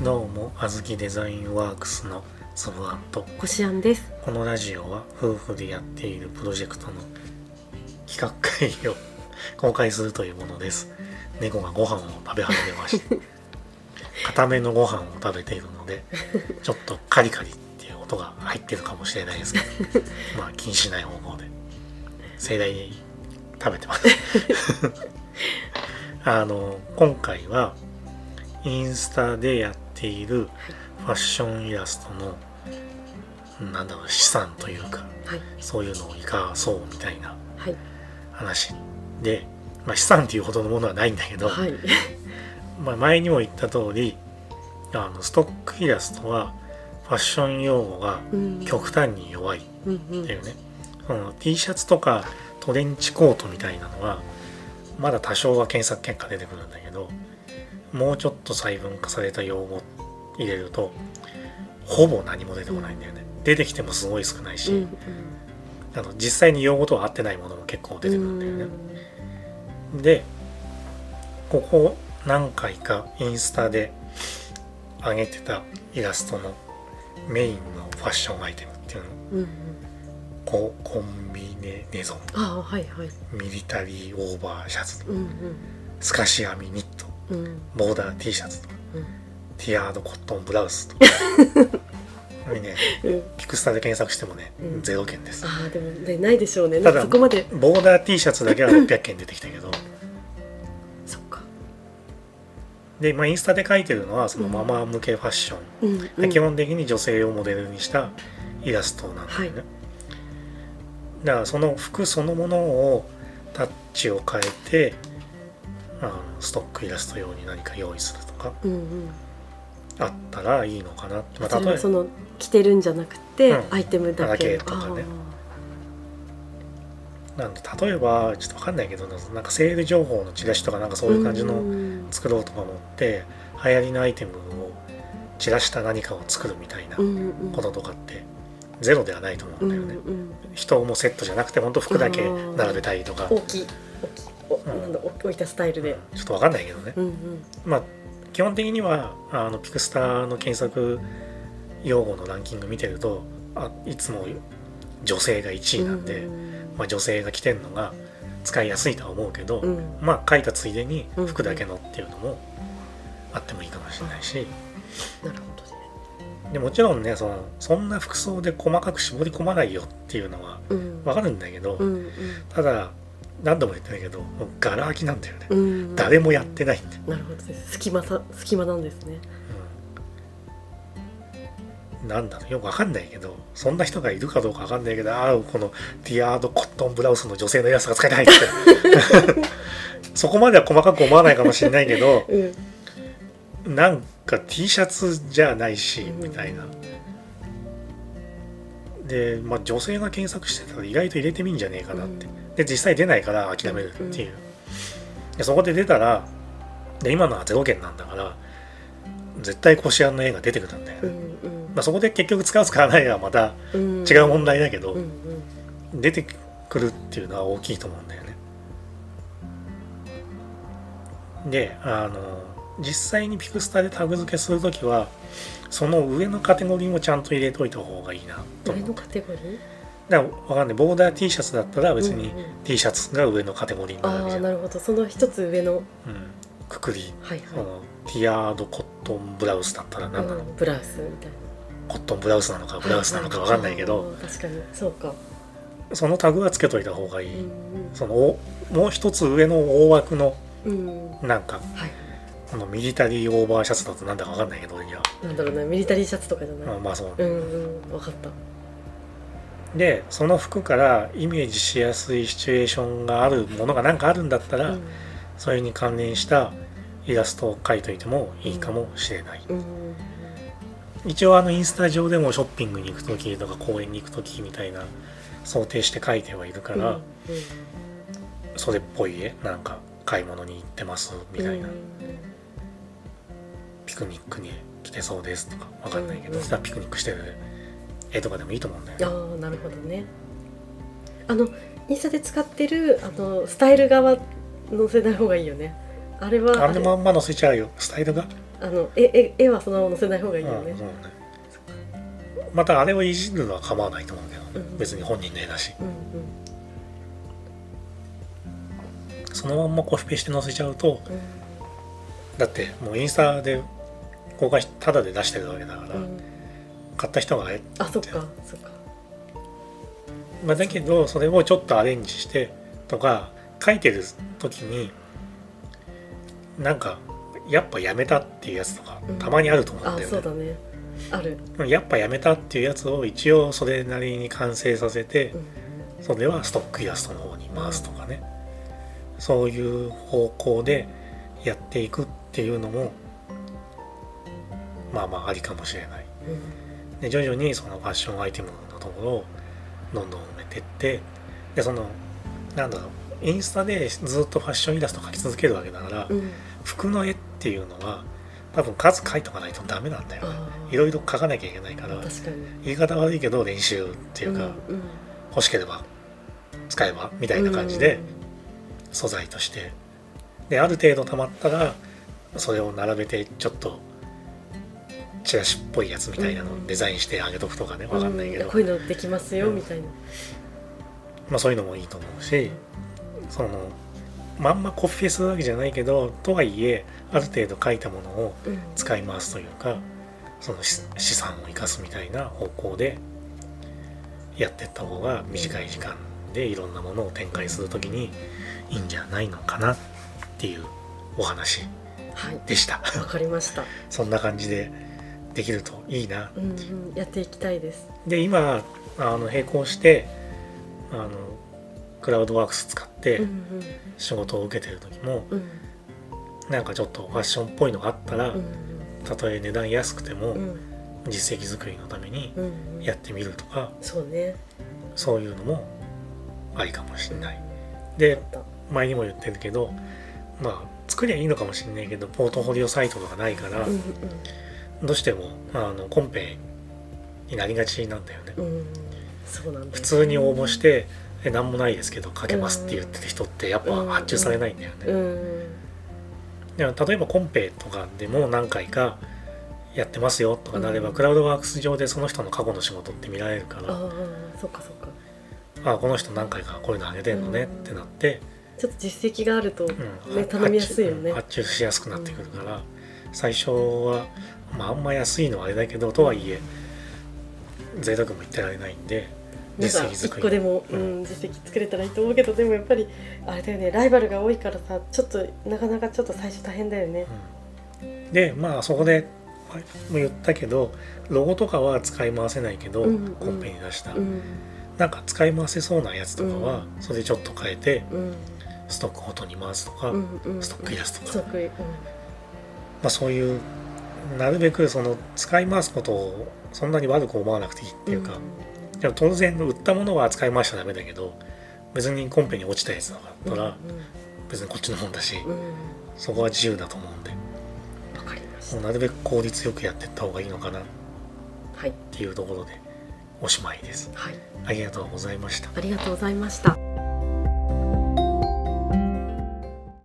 どうも、あずきデザインワークスのつぶあんとこしあんです。 このラジオは夫婦でやっているプロジェクトの企画会議を公開するというものです。猫がご飯を食べ始めまして固めのご飯を食べているのでちょっとカリカリっていう音が入ってるかもしれないですけどまあ気にしない方向で盛大に食べてます今回はインスタでやっているファッションイラストの資産というか、 はい、 そういうのを生かそうみたいな話で、資産っていうほどのものはないんだけど、 はい、 前にも言った通りストックイラストはファッション用語が極端に弱いっていうね、T シャツとかトレンチコートみたいなのはまだ多少は検索結果出てくるんだけど、もうちょっと細分化された用語を入れるとほぼ何も出てこないんだよね。出てきてもすごい少ないし、実際に用語とは合ってないものも結構出てくるんだよね。でここ何回かインスタで上げてたイラストのメインのファッションアイテムっていうの、コンビネゾン、ミリタリーオーバーシャツ、スカシ編みニット、ボーダー T シャツとか、ティアードコットンブラウスとかこれね、ピクスタで検索してもね、0件です。 でもね、ないでしょうね。 ただそこまでボーダー T シャツだけは600件出てきたけどそっか。 で、インスタで書いてるのはそのママ向けファッション、基本的に女性をモデルにしたイラストなんだよね、だからその服そのものをタッチを変えてストックイラスト用に何か用意するとか、あったらいいのかなって、 例えばその着てるんじゃなくて、アイテムだけとかね。なんで例えばちょっと分かんないけど、なんかセール情報のチラシとかそういう感じの作ろうとか思って流行りのアイテムをチラした何かを作るみたいなこととかってゼロではないと思うんだよね。人もセットじゃなくて本当服だけ並べたりとか、 置いたスタイルで、 ちょっと分かんないけどね、基本的にはピクスタの検索用語のランキング見てるといつも女性が1位なんで、女性が着てるのが使いやすいとは思うけど、書いたついでに服だけのっていうのもあってもいいかもしれないし、 なるほどね。 でもちろんね、そんな服装で細かく絞り込まないよっていうのは分かるんだけど、ただ何度も言ってるけどもうガラ空きなんだよね、誰もやってないんで。 なるほどです。隙間なんですね。 よくわかんないけど、そんな人がいるかどうかわかんないけど、このティアードコットンブラウスの女性のイラストが使いたいってそこまでは細かく思わないかもしれないけど、なんか T シャツじゃないし、みたいな。で、女性が検索してたら意外と入れてみんじゃねえかなって。で、実際出ないから諦めるっていう。でそこで出たら、今のは0件なんだから、絶対こしあんの絵が出てくるんだよね。そこで結局使う使わないはまた違う問題だけど、出てくるっていうのは大きいと思うんだよね。で、実際にピクスタでタグ付けするときはその上のカテゴリーもちゃんと入れといた方がいいなと思って。 上のカテゴリー？ だから分かんない、ボーダー T シャツだったら別に T シャツが上のカテゴリーになるわけじゃん。 なるほど、その一つ上の、 くくり、ティアードコットンブラウスだったら何なの、 ブラウスみたいな、 コットンブラウスなのかブラウスなのか分かんないけど、 確かにそうか、 そのタグはつけといた方がいい。もう一つ上の大枠のこのミリタリーオーバーシャツだとなんだか分かんないけど、俺にはなんだろうね、ミリタリーシャツとかじゃない。 そう、 分かった。 でその服からイメージしやすいシチュエーションがあるものが何かあるんだったら、それに関連したイラストを描いといてもいいかもしれない。一応インスタ上でもショッピングに行く時とか公園に行く時みたいな想定して描いてはいるから、それっぽい絵買い物に行ってますみたいな、ピクニックに来てそうですとか分かんないけど、ピクニックしてる絵とかでもいいと思うんだよね。 なるほどね。インスタで使ってるスタイル側載せない方がいいよね。 あれはあれまんま載せちゃうよ、スタイルが。 絵はそのまま載せない方がいいよね。 またあれをいじるのは構わないと思うけどね、別に本人の絵だし、そのまんまコピペして載せちゃうと、だってもうインスタで公開してタダで出してるわけだから、買った人があ、そっかそっか。 まあ、だけどそれをちょっとアレンジしてとか書いてる時になんかやっぱやめたっていうやつとかたまにあると思うんだよね。 あ、そうだね、ある。 やっぱやめたっていうやつを一応それなりに完成させて、それはストックイラストの方に回すとかね、そういう方向でやっていくっていうのもまあまあありかもしれない。で徐々にそのファッションアイテムのところをどんどん埋めてって、でそのなんだろう、インスタでずっとファッションイラスト描き続けるわけだから、服の絵っていうのは多分数描いとかないとダメなんだよね。いろいろ描かなきゃいけないから、言い方悪いけど練習っていうか、欲しければ使えばみたいな感じで素材として、である程度溜まったらそれを並べてちょっとチラシっぽいやつみたいなのをデザインしてあげとくとかね、わかんないけど、 こういうのできますよみたいな、 まあそういうのもいいと思うし、そのまんまコピペするわけじゃないけど、とはいえある程度書いたものを使い回すというか、その資産を生かすみたいな方向でやっていった方が短い時間でいろんなものを展開するときにいいんじゃないのかなっていうお話でした。 わかりました。 そんな感じでできるといいな、 やっていきたいです。 で今並行してクラウドワークス使って仕事を受けてる時も、なんかちょっとファッションっぽいのがあったら、たとえ値段安くても実績作りのためにやってみるとか、 そうね、 そういうのもありかもしれない。で前にも言ってるけど、まあ作りゃいいのかもしれないけどポートフォリオサイトとかないから、どうしてもコンペになりがちなんだよね。 そうなんだよね。 普通に応募して何もないですけど書けますって言ってる人ってやっぱ発注されないんだよね。でも例えばコンペとかでも何回かやってますよとかなれば、クラウドワークス上でその人の過去の仕事って見られるから、 そっかそっか、 この人何回かこういうのあげてんのねってなって、 ちょっと実績があると、頼みやすいよね。 発注しやすくなってくるから、最初は、あんま安いのはあれだけど、とはいえ贅沢も言ってられないんで、 実績作り1個でも、実績作れたらいいと思うけど、でもやっぱりあれだよね、ライバルが多いからさ、ちょっとなかなかちょっと最初大変だよね。 でそこでも言ったけど、ロゴとかは使い回せないけど、コンペに出した、なんか使い回せそうなやつとかはそれでちょっと変えて、ストックごとに回すとか、ストックイラストとか、そういうなるべくその使い回すことをそんなに悪く思わなくていいっていうか、でも当然売ったものは使い回しちゃダメだけど、別にコンペに落ちたやつだったら別にこっちのもんだし、そこは自由だと思うんで、なるべく効率よくやっていった方がいいのかなっていうところでおしまいです。ありがとうございました。 ありがとうございました。